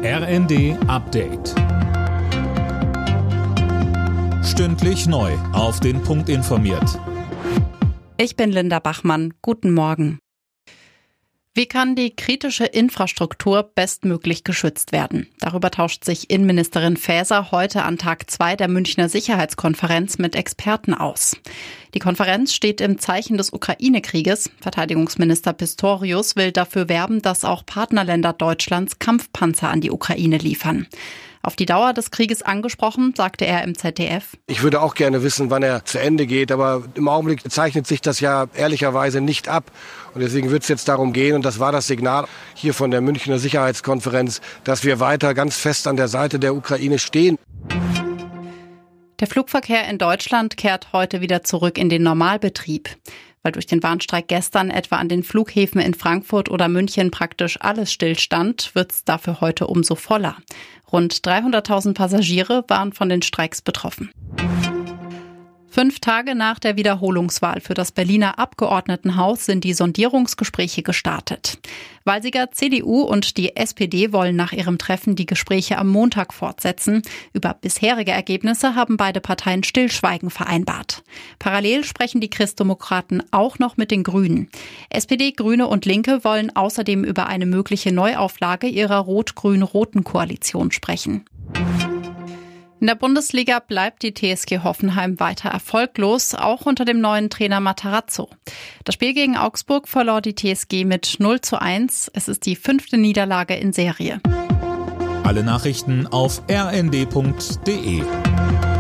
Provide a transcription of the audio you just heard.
RND Update. Stündlich neu auf den Punkt informiert. Ich bin Linda Bachmann. Guten Morgen. Wie kann die kritische Infrastruktur bestmöglich geschützt werden? Darüber tauscht sich Innenministerin Faeser heute an Tag 2 der Münchner Sicherheitskonferenz mit Experten aus. Die Konferenz steht im Zeichen des Ukraine-Krieges. Verteidigungsminister Pistorius will dafür werben, dass auch Partnerländer Deutschlands Kampfpanzer an die Ukraine liefern. Auf die Dauer des Krieges angesprochen, sagte er im ZDF. Ich würde auch gerne wissen, wann er zu Ende geht, aber im Augenblick zeichnet sich das ja ehrlicherweise nicht ab. Und deswegen wird es jetzt darum gehen, und das war das Signal hier von der Münchner Sicherheitskonferenz, dass wir weiter ganz fest an der Seite der Ukraine stehen. Der Flugverkehr in Deutschland kehrt heute wieder zurück in den Normalbetrieb. Weil durch den Warnstreik gestern etwa an den Flughäfen in Frankfurt oder München praktisch alles stillstand, wird es dafür heute umso voller. Rund 300.000 Passagiere waren von den Streiks betroffen. 5 Tage nach der Wiederholungswahl für das Berliner Abgeordnetenhaus sind die Sondierungsgespräche gestartet. Wahlsieger CDU und die SPD wollen nach ihrem Treffen die Gespräche am Montag fortsetzen. Über bisherige Ergebnisse haben beide Parteien Stillschweigen vereinbart. Parallel sprechen die Christdemokraten auch noch mit den Grünen. SPD, Grüne und Linke wollen außerdem über eine mögliche Neuauflage ihrer rot-grün-roten Koalition sprechen. In der Bundesliga bleibt die TSG Hoffenheim weiter erfolglos, auch unter dem neuen Trainer Matarazzo. Das Spiel gegen Augsburg verlor die TSG mit 0:1. Es ist die 5. Niederlage in Serie. Alle Nachrichten auf rnd.de.